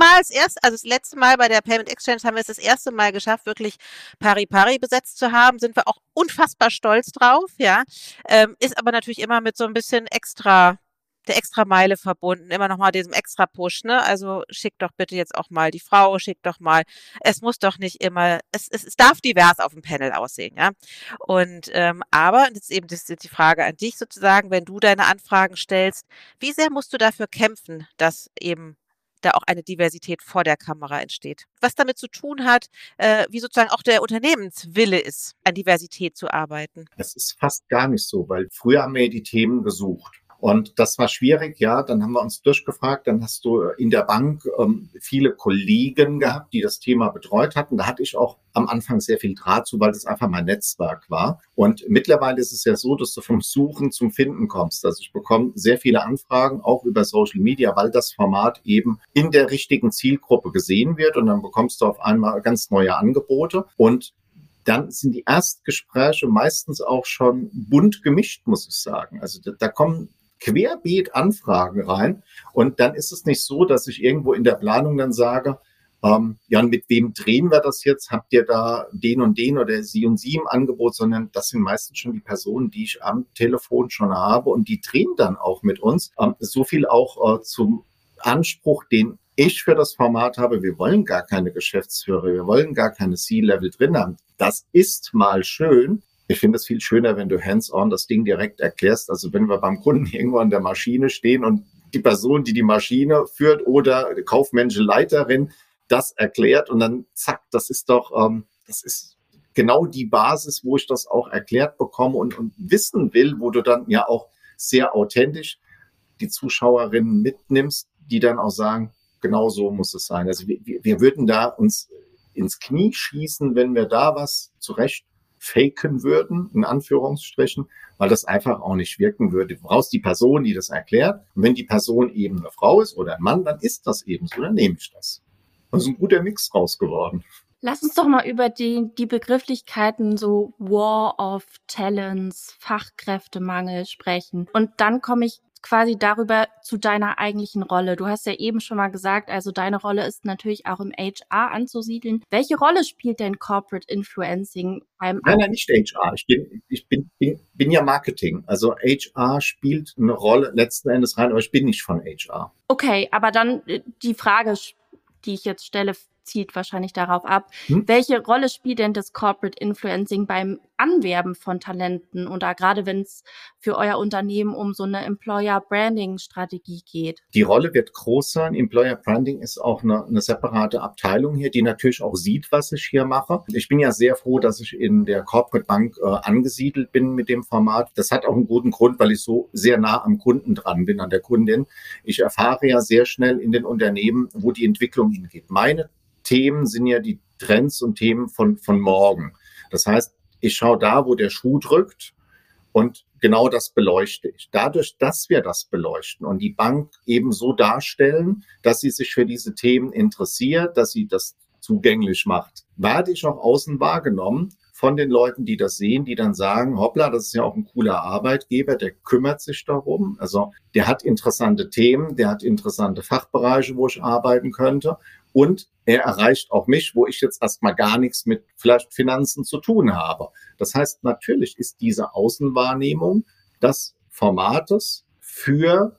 Mal bei der Payment Exchange haben wir es das erste Mal geschafft, wirklich pari-pari besetzt zu haben, sind wir auch unfassbar stolz drauf, ja, ist aber natürlich immer mit so ein bisschen der Extrameile verbunden, immer nochmal diesem Extra-Push, ne, also schick doch bitte jetzt auch mal die Frau, schick doch mal, es muss doch nicht immer, es darf divers auf dem Panel aussehen, ja, und, aber, das ist die Frage an dich sozusagen, wenn du deine Anfragen stellst, wie sehr musst du dafür kämpfen, dass eben da auch eine Diversität vor der Kamera entsteht. Was damit zu tun hat, wie sozusagen auch der Unternehmenswille ist, an Diversität zu arbeiten. Das ist fast gar nicht so, weil früher haben wir ja die Themen gesucht. Und das war schwierig, ja. Dann haben wir uns durchgefragt. Dann hast du in der Bank viele Kollegen gehabt, die das Thema betreut hatten. Da hatte ich auch am Anfang sehr viel Draht zu, weil das einfach mein Netzwerk war. Und mittlerweile ist es ja so, dass du vom Suchen zum Finden kommst. Also ich bekomme sehr viele Anfragen, auch über Social Media, weil das Format eben in der richtigen Zielgruppe gesehen wird. Und dann bekommst du auf einmal ganz neue Angebote. Und dann sind die Erstgespräche meistens auch schon bunt gemischt, muss ich sagen. Also da kommen querbeet Anfragen rein. Und dann ist es nicht so, dass ich irgendwo in der Planung dann sage, ja, und mit wem drehen wir das jetzt? Habt ihr da den und den oder sie und sie im Angebot? Sondern das sind meistens schon die Personen, die ich am Telefon schon habe. Und die drehen dann auch mit uns. So viel auch zum Anspruch, den ich für das Format habe. Wir wollen gar keine Geschäftsführer. Wir wollen gar keine C-Level drin haben. Das ist mal schön. Ich finde es viel schöner, wenn du hands-on das Ding direkt erklärst. Also wenn wir beim Kunden irgendwo an der Maschine stehen und die Person, die Maschine führt oder die kaufmännische Leiterin das erklärt und dann zack, das ist doch, das ist genau die Basis, wo ich das auch erklärt bekomme und wissen will, wo du dann ja auch sehr authentisch die Zuschauerinnen mitnimmst, die dann auch sagen, genau so muss es sein. Also wir würden da uns ins Knie schießen, wenn wir da was zurecht faken würden, in Anführungsstrichen, weil das einfach auch nicht wirken würde. Du brauchst die Person, die das erklärt. Und wenn die Person eben eine Frau ist oder ein Mann, dann ist das eben so, dann nehme ich das. Das ist ein guter Mix raus geworden. Lass uns doch mal über die Begrifflichkeiten so War of Talents, Fachkräftemangel sprechen. Und dann komme ich quasi darüber zu deiner eigentlichen Rolle. Du hast ja eben schon mal gesagt, also deine Rolle ist natürlich auch im HR anzusiedeln. Welche Rolle spielt denn Corporate Influencing beim... Nein, nicht HR. Ich bin ja Marketing. Also HR spielt eine Rolle letzten Endes rein, aber ich bin nicht von HR. Okay, aber dann die Frage, die ich jetzt stelle, zielt wahrscheinlich darauf ab. Welche Rolle spielt denn das Corporate Influencing beim Anwerben von Talenten oder gerade wenn es für euer Unternehmen um so eine Employer Branding Strategie geht? Die Rolle wird groß sein. Employer Branding ist auch eine separate Abteilung hier, die natürlich auch sieht, was ich hier mache. Ich bin ja sehr froh, dass ich in der Corporate Bank angesiedelt bin mit dem Format. Das hat auch einen guten Grund, weil ich so sehr nah am Kunden dran bin, an der Kundin. Ich erfahre ja sehr schnell in den Unternehmen, wo die Entwicklung hingeht. Meine Themen sind ja die Trends und Themen von morgen. Das heißt, ich schaue da, wo der Schuh drückt und genau das beleuchte ich. Dadurch, dass wir das beleuchten und die Bank eben so darstellen, dass sie sich für diese Themen interessiert, dass sie das zugänglich macht, werde ich auch außen wahrgenommen von den Leuten, die das sehen, die dann sagen, hoppla, das ist ja auch ein cooler Arbeitgeber, der kümmert sich darum. Also der hat interessante Themen, der hat interessante Fachbereiche, wo ich arbeiten könnte. Und er erreicht auch mich, wo ich jetzt erstmal gar nichts mit vielleicht Finanzen zu tun habe. Das heißt, natürlich ist diese Außenwahrnehmung des Formates für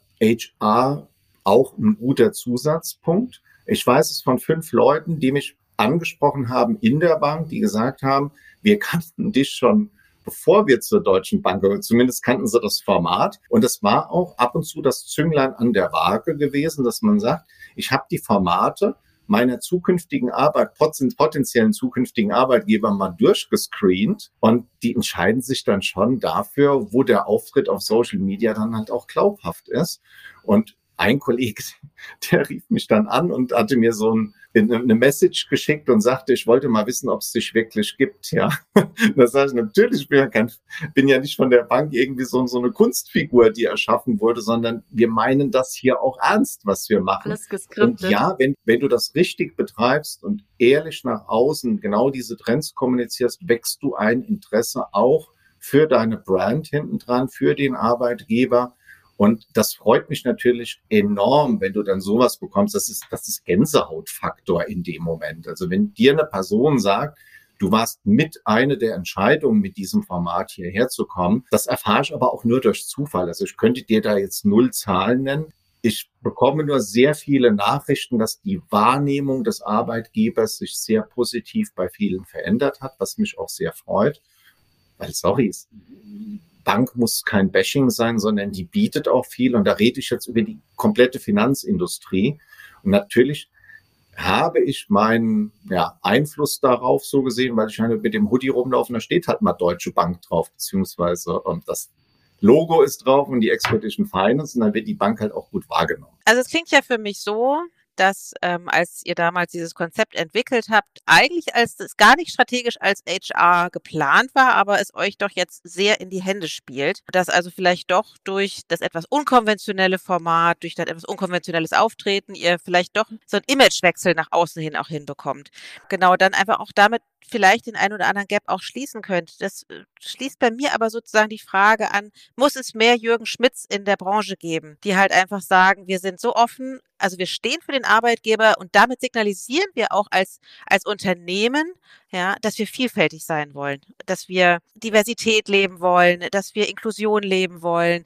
HR auch ein guter Zusatzpunkt. Ich weiß es von 5 Leuten, die mich angesprochen haben in der Bank, die gesagt haben, wir kannten dich schon, bevor wir zur Deutschen Bank gehören. Zumindest kannten sie das Format. Und es war auch ab und zu das Zünglein an der Waage gewesen, dass man sagt, ich habe die Formate meiner zukünftigen potenziellen zukünftigen Arbeitgeber mal durchgescreent und die entscheiden sich dann schon dafür, wo der Auftritt auf Social Media dann halt auch glaubhaft ist. Und ein Kollege, der rief mich dann an und hatte mir so eine Message geschickt und sagte, ich wollte mal wissen, ob es dich wirklich gibt. Ja, das heißt, natürlich bin ja nicht von der Bank irgendwie so eine Kunstfigur, die erschaffen wurde, sondern wir meinen das hier auch ernst, was wir machen. Alles geskriptet. Und ja, wenn du das richtig betreibst und ehrlich nach außen genau diese Trends kommunizierst, wächst du ein Interesse auch für deine Brand hinten dran, für den Arbeitgeber. Und das freut mich natürlich enorm, wenn du dann sowas bekommst. Das ist Gänsehautfaktor in dem Moment. Also wenn dir eine Person sagt, du warst mit einer der Entscheidungen, mit diesem Format hierher zu kommen, das erfahre ich aber auch nur durch Zufall. Also ich könnte dir da jetzt 0 Zahlen nennen. Ich bekomme nur sehr viele Nachrichten, dass die Wahrnehmung des Arbeitgebers sich sehr positiv bei vielen verändert hat, was mich auch sehr freut. Weil, Bank muss kein Bashing sein, sondern die bietet auch viel. Und da rede ich jetzt über die komplette Finanzindustrie. Und natürlich habe ich meinen Einfluss darauf so gesehen, weil ich mit dem Hoodie rumlaufen, da steht halt mal Deutsche Bank drauf, beziehungsweise das Logo ist drauf und die Expedition Finance und dann wird die Bank halt auch gut wahrgenommen. Also es klingt ja für mich so, dass als ihr damals dieses Konzept entwickelt habt, eigentlich als es gar nicht strategisch als HR geplant war, aber es euch doch jetzt sehr in die Hände spielt, dass also vielleicht doch durch das etwas unkonventionelle Format, durch das etwas unkonventionelles Auftreten, ihr vielleicht doch so einen Imagewechsel nach außen hin auch hinbekommt. Genau, dann einfach auch damit vielleicht den einen oder anderen Gap auch schließen könnt. Das schließt bei mir aber sozusagen die Frage an, muss es mehr Jürgen Schmidts in der Branche geben, die halt einfach sagen, wir sind so offen, also wir stehen für den Arbeitgeber und damit signalisieren wir auch als Unternehmen, ja, dass wir vielfältig sein wollen, dass wir Diversität leben wollen, dass wir Inklusion leben wollen.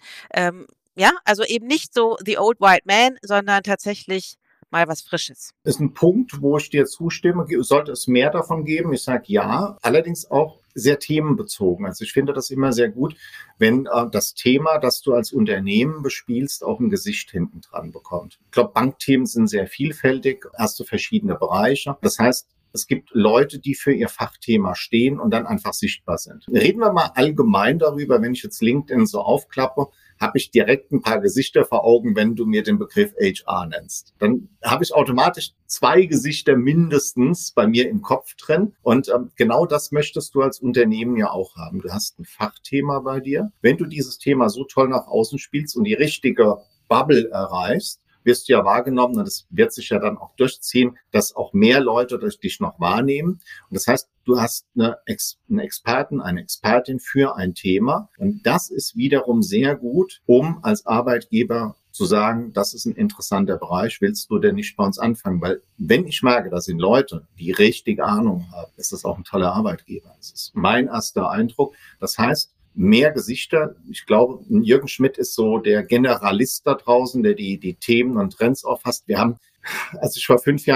Ja, also eben nicht so the old white man, sondern tatsächlich mal was Frisches. Ist ein Punkt, wo ich dir zustimme. Sollte es mehr davon geben? Ich sage ja, allerdings auch sehr themenbezogen. Also ich finde das immer sehr gut, wenn das Thema, das du als Unternehmen bespielst, auch ein Gesicht hinten dran bekommt. Ich glaube, Bankthemen sind sehr vielfältig, hast du verschiedene Bereiche. Das heißt, es gibt Leute, die für ihr Fachthema stehen und dann einfach sichtbar sind. Reden wir mal allgemein darüber, wenn ich jetzt LinkedIn so aufklappe, habe ich direkt ein paar Gesichter vor Augen, wenn du mir den Begriff HR nennst. Dann habe ich automatisch 2 Gesichter mindestens bei mir im Kopf drin. Und genau das möchtest du als Unternehmen ja auch haben. Du hast ein Fachthema bei dir. Wenn du dieses Thema so toll nach außen spielst und die richtige Bubble erreichst, wirst du ja wahrgenommen und es wird sich ja dann auch durchziehen, dass auch mehr Leute durch dich noch wahrnehmen. Und das heißt, du hast einen Experten, eine Expertin für ein Thema. Und das ist wiederum sehr gut, um als Arbeitgeber zu sagen, das ist ein interessanter Bereich, willst du denn nicht bei uns anfangen? Weil wenn ich merke, das sind Leute, die richtig Ahnung haben, ist das auch ein toller Arbeitgeber. Das ist mein erster Eindruck. Das heißt, mehr Gesichter. Ich glaube, Jürgen Schmidt ist so der Generalist da draußen, der die Themen und Trends auffasst. Wir haben, als ich vor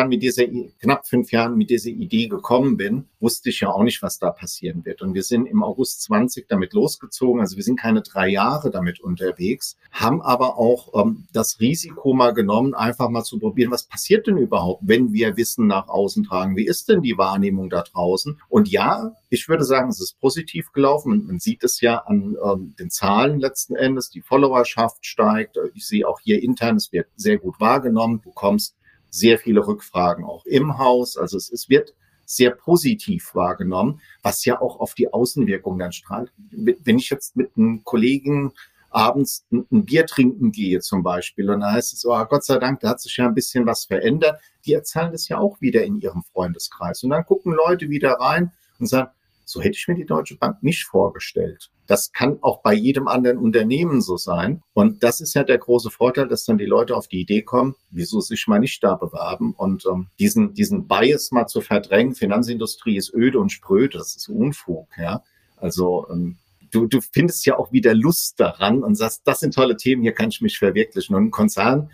knapp 5 Jahren mit dieser Idee gekommen bin, wusste ich ja auch nicht, was da passieren wird. Und wir sind im August 20 damit losgezogen. Also wir sind keine 3 Jahre damit unterwegs, haben aber auch das Risiko mal genommen, einfach mal zu probieren, was passiert denn überhaupt, wenn wir Wissen nach außen tragen? Wie ist denn die Wahrnehmung da draußen? Und ja, ich würde sagen, es ist positiv gelaufen. Und man sieht es ja an den Zahlen letzten Endes. Die Followerschaft steigt. Ich sehe auch hier intern, es wird sehr gut wahrgenommen. Du bekommst sehr viele Rückfragen auch im Haus. Also es wird sehr positiv wahrgenommen, was ja auch auf die Außenwirkung dann strahlt. Wenn ich jetzt mit einem Kollegen abends ein Bier trinken gehe zum Beispiel und da heißt es, oh Gott sei Dank, da hat sich ja ein bisschen was verändert, die erzählen das ja auch wieder in ihrem Freundeskreis. Und dann gucken Leute wieder rein und sagen, so hätte ich mir die Deutsche Bank nicht vorgestellt. Das kann auch bei jedem anderen Unternehmen so sein. Und das ist ja der große Vorteil, dass dann die Leute auf die Idee kommen, wieso sich mal nicht da bewerben. Und diesen Bias mal zu verdrängen, Finanzindustrie ist öde und spröde, das ist Unfug. Ja? Also du findest ja auch wieder Lust daran und sagst, das sind tolle Themen, hier kann ich mich verwirklichen. Und ein Konzern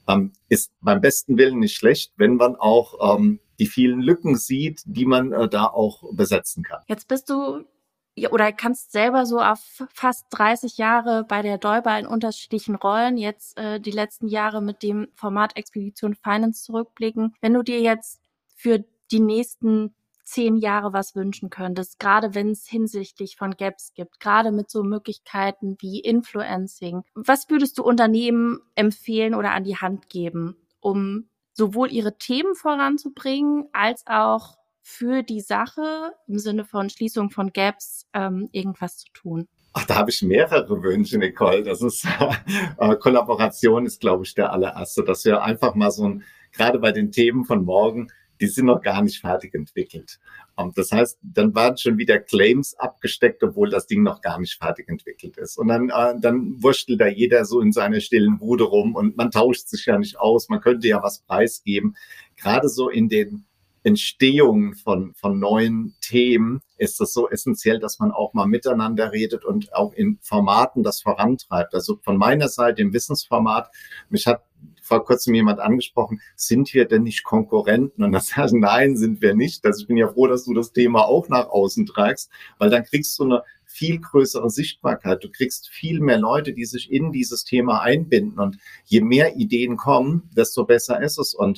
ist beim besten Willen nicht schlecht, wenn man auch die vielen Lücken sieht, die man da auch besetzen kann. Jetzt bist du oder kannst selber so auf fast 30 Jahre bei der Däuber in unterschiedlichen Rollen, jetzt die letzten Jahre mit dem Format Expedition Finance zurückblicken. Wenn du dir jetzt für die nächsten 10 Jahre was wünschen könntest, gerade wenn es hinsichtlich von Gaps gibt, gerade mit so Möglichkeiten wie Influencing, was würdest du Unternehmen empfehlen oder an die Hand geben, um sowohl ihre Themen voranzubringen, als auch für die Sache im Sinne von Schließung von Gaps irgendwas zu tun? Ach, da habe ich mehrere Wünsche, Nicole. Das ist Kollaboration ist, glaube ich, der allererste, dass wir einfach mal gerade bei den Themen von morgen, die sind noch gar nicht fertig entwickelt. Das heißt, dann werden schon wieder Claims abgesteckt, obwohl das Ding noch gar nicht fertig entwickelt ist. Und dann wurschtelt da jeder so in seiner stillen Bude rum und man tauscht sich ja nicht aus. Man könnte ja was preisgeben. Gerade so in den Entstehungen von neuen Themen ist es so essentiell, dass man auch mal miteinander redet und auch in Formaten das vorantreibt. Also von meiner Seite im Wissensformat, mich hat vor kurzem jemand angesprochen, sind wir denn nicht Konkurrenten? Und das heißt, nein, sind wir nicht. Also ich bin ja froh, dass du das Thema auch nach außen tragst, weil dann kriegst du eine viel größere Sichtbarkeit. Du kriegst viel mehr Leute, die sich in dieses Thema einbinden. Und je mehr Ideen kommen, desto besser ist es. Und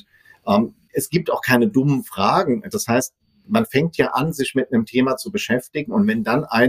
es gibt auch keine dummen Fragen. Das heißt, man fängt ja an, sich mit einem Thema zu beschäftigen. Und wenn dann einer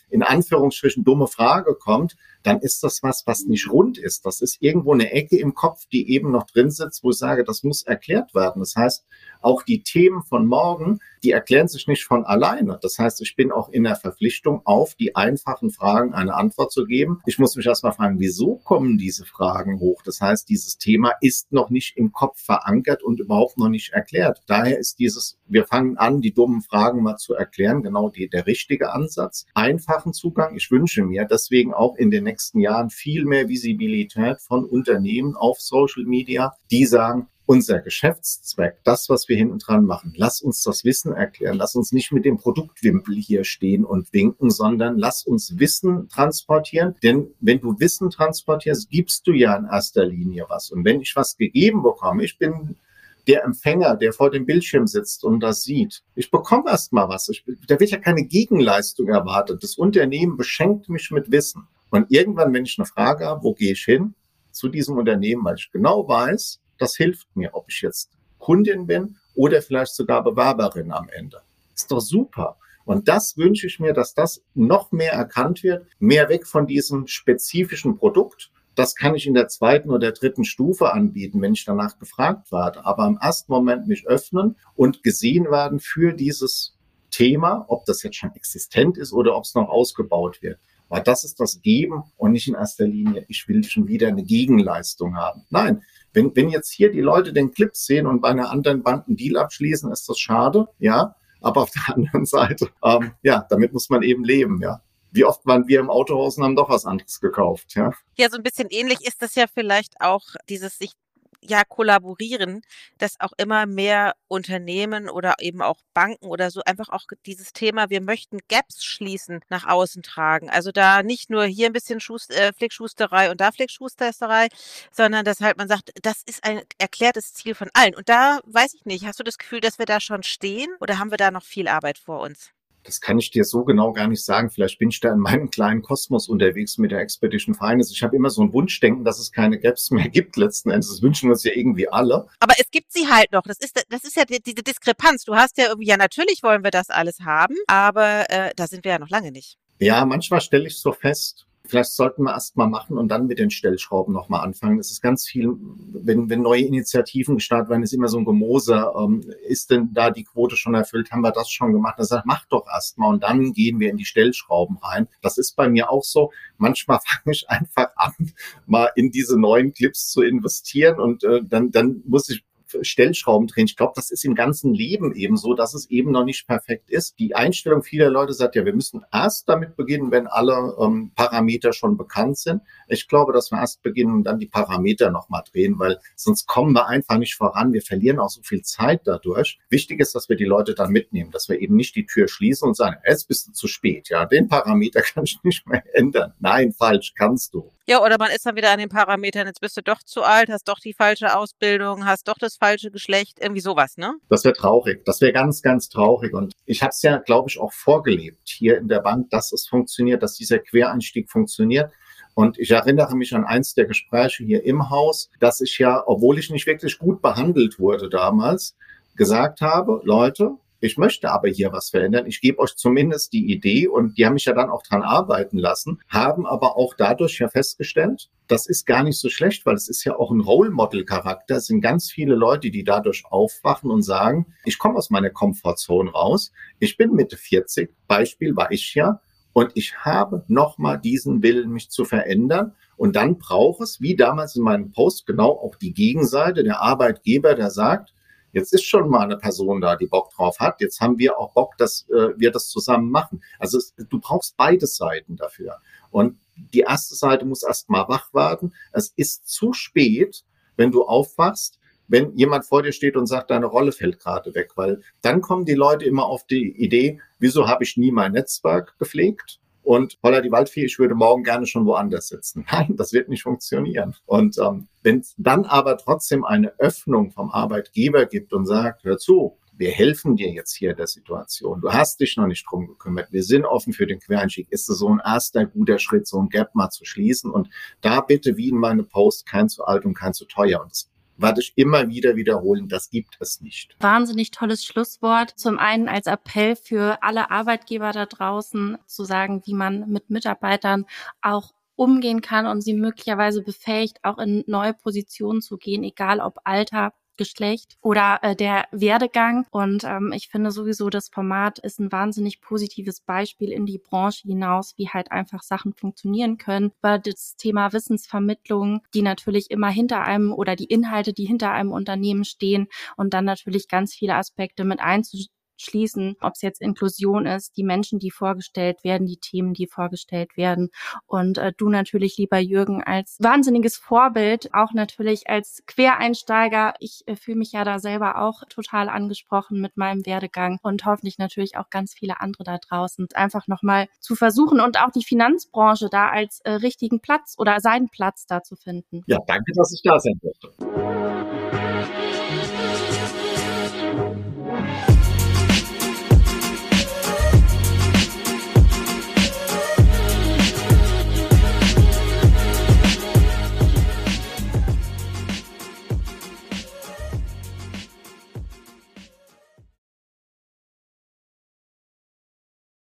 in Anführungsstrichen dumme Frage kommt, dann ist das was nicht rund ist. Das ist irgendwo eine Ecke im Kopf, die eben noch drin sitzt, wo ich sage, das muss erklärt werden. Das heißt, auch die Themen von morgen, die erklären sich nicht von alleine. Das heißt, ich bin auch in der Verpflichtung, auf die einfachen Fragen eine Antwort zu geben. Ich muss mich erstmal fragen, wieso kommen diese Fragen hoch? Das heißt, dieses Thema ist noch nicht im Kopf verankert und überhaupt noch nicht erklärt. Daher ist wir fangen an, die dummen Fragen mal zu erklären, genau der richtige Ansatz. Einfachen Zugang. Ich wünsche mir deswegen auch in den nächsten Jahren viel mehr Visibilität von Unternehmen auf Social Media, die sagen, unser Geschäftszweck, das, was wir hinten dran machen, lass uns das Wissen erklären. Lass uns nicht mit dem Produktwimpel hier stehen und winken, sondern lass uns Wissen transportieren. Denn wenn du Wissen transportierst, gibst du ja in erster Linie was. Und wenn ich was gegeben bekomme, ich bin der Empfänger, der vor dem Bildschirm sitzt und das sieht. Ich bekomme erst mal was. Da wird ja keine Gegenleistung erwartet. Das Unternehmen beschenkt mich mit Wissen. Und irgendwann, wenn ich eine Frage habe, wo gehe ich hin? Zu diesem Unternehmen, weil ich genau weiß, das hilft mir, ob ich jetzt Kundin bin oder vielleicht sogar Bewerberin am Ende. Ist doch super. Und das wünsche ich mir, dass das noch mehr erkannt wird, mehr weg von diesem spezifischen Produkt. Das kann ich in der 2. oder 3. Stufe anbieten, wenn ich danach gefragt werde. Aber im ersten Moment mich öffnen und gesehen werden für dieses Thema, ob das jetzt schon existent ist oder ob es noch ausgebaut wird. Weil das ist das Geben und nicht in erster Linie, ich will schon wieder eine Gegenleistung haben. Nein, wenn jetzt hier die Leute den Clip sehen und bei einer anderen Bank einen Deal abschließen, ist das schade, ja. Aber auf der anderen Seite, damit muss man eben leben, ja. Wie oft waren wir im Autohaus und haben doch was anderes gekauft, ja? Ja, so ein bisschen ähnlich ist das ja vielleicht auch dieses sich kollaborieren, dass auch immer mehr Unternehmen oder eben auch Banken oder so einfach auch dieses Thema, wir möchten Gaps schließen, nach außen tragen. Also da nicht nur hier ein bisschen Flickschusterei und da Flickschusterei, sondern dass halt man sagt, das ist ein erklärtes Ziel von allen. Und da weiß ich nicht, hast du das Gefühl, dass wir da schon stehen oder haben wir da noch viel Arbeit vor uns? Das kann ich dir so genau gar nicht sagen. Vielleicht bin ich da in meinem kleinen Kosmos unterwegs mit der Expedition Finance. Ich habe immer so ein Wunschdenken, dass es keine Gaps mehr gibt letzten Endes. Das wünschen wir uns ja irgendwie alle. Aber es gibt sie halt noch. Das ist ja diese Diskrepanz. Du hast ja irgendwie, ja, natürlich wollen wir das alles haben, aber da sind wir ja noch lange nicht. Ja, manchmal stelle ich so fest, vielleicht sollten wir erst mal machen und dann mit den Stellschrauben nochmal anfangen. Es ist ganz viel, wenn neue Initiativen gestartet werden, ist immer so ein Gemoser. Ist denn da die Quote schon erfüllt? Haben wir das schon gemacht? Er sagt, mach doch erst mal und dann gehen wir in die Stellschrauben rein. Das ist bei mir auch so. Manchmal fange ich einfach an, mal in diese neuen Clips zu investieren und dann muss ich Stellschrauben drehen. Ich glaube, das ist im ganzen Leben eben so, dass es eben noch nicht perfekt ist. Die Einstellung vieler Leute sagt ja, wir müssen erst damit beginnen, wenn alle Parameter schon bekannt sind. Ich glaube, dass wir erst beginnen und dann die Parameter nochmal drehen, weil sonst kommen wir einfach nicht voran. Wir verlieren auch so viel Zeit dadurch. Wichtig ist, dass wir die Leute dann mitnehmen, dass wir eben nicht die Tür schließen und sagen, jetzt bist du zu spät. Ja, den Parameter kann ich nicht mehr ändern. Nein, falsch, kannst du. Ja, oder man ist dann wieder an den Parametern, jetzt bist du doch zu alt, hast doch die falsche Ausbildung, hast doch das falsche Geschlecht, irgendwie sowas, ne? Das wäre traurig. Das wäre ganz, ganz traurig. Und ich habe es ja, glaube ich, auch vorgelebt hier in der Bank, dass es funktioniert, dass dieser Quereinstieg funktioniert. Und ich erinnere mich an eins der Gespräche hier im Haus, dass ich ja, obwohl ich nicht wirklich gut behandelt wurde damals, gesagt habe, Leute, ich möchte aber hier was verändern. Ich gebe euch zumindest die Idee und die haben mich ja dann auch dran arbeiten lassen, haben aber auch dadurch ja festgestellt, das ist gar nicht so schlecht, weil es ist ja auch ein Role-Model-Charakter. Es sind ganz viele Leute, die dadurch aufwachen und sagen, ich komme aus meiner Komfortzone raus. Ich bin Mitte 40, Beispiel war ich ja, und ich habe nochmal diesen Willen, mich zu verändern. Und dann braucht es, wie damals in meinem Post, genau auch die Gegenseite, der Arbeitgeber, der sagt, jetzt ist schon mal eine Person da, die Bock drauf hat. Jetzt haben wir auch Bock, dass wir das zusammen machen. Also du brauchst beide Seiten dafür. Und die erste Seite muss erst mal wach werden. Es ist zu spät, wenn du aufwachst, wenn jemand vor dir steht und sagt, deine Rolle fällt gerade weg. Weil dann kommen die Leute immer auf die Idee, wieso habe ich nie mein Netzwerk gepflegt? Und holla die Waldfee, ich würde morgen gerne schon woanders sitzen. Nein, das wird nicht funktionieren. Und wenn es dann aber trotzdem eine Öffnung vom Arbeitgeber gibt und sagt, hör zu, wir helfen dir jetzt hier in der Situation. Du hast dich noch nicht drum gekümmert. Wir sind offen für den Quereinstieg. Ist es so ein erster guter Schritt, so ein Gap mal zu schließen? Und da bitte, wie in meinem Post, kein zu alt und kein zu teuer. Und das werde ich immer wieder wiederholen, das gibt es nicht. Wahnsinnig tolles Schlusswort. Zum einen als Appell für alle Arbeitgeber da draußen zu sagen, wie man mit Mitarbeitern auch umgehen kann und sie möglicherweise befähigt, auch in neue Positionen zu gehen, egal ob Alter, Geschlecht oder der Werdegang. Und ich finde sowieso, das Format ist ein wahnsinnig positives Beispiel in die Branche hinaus, wie halt einfach Sachen funktionieren können. Über das Thema Wissensvermittlung, die natürlich immer hinter einem oder die Inhalte, die hinter einem Unternehmen stehen und dann natürlich ganz viele Aspekte mit einzuschließen, ob es jetzt Inklusion ist, die Menschen, die vorgestellt werden, die Themen, die vorgestellt werden. Und du natürlich, lieber Jürgen, als wahnsinniges Vorbild, auch natürlich als Quereinsteiger. Ich fühle mich ja da selber auch total angesprochen mit meinem Werdegang und hoffentlich natürlich auch ganz viele andere da draußen. Einfach nochmal zu versuchen und auch die Finanzbranche da als richtigen Platz oder seinen Platz da zu finden. Ja, danke, dass ich da sein durfte.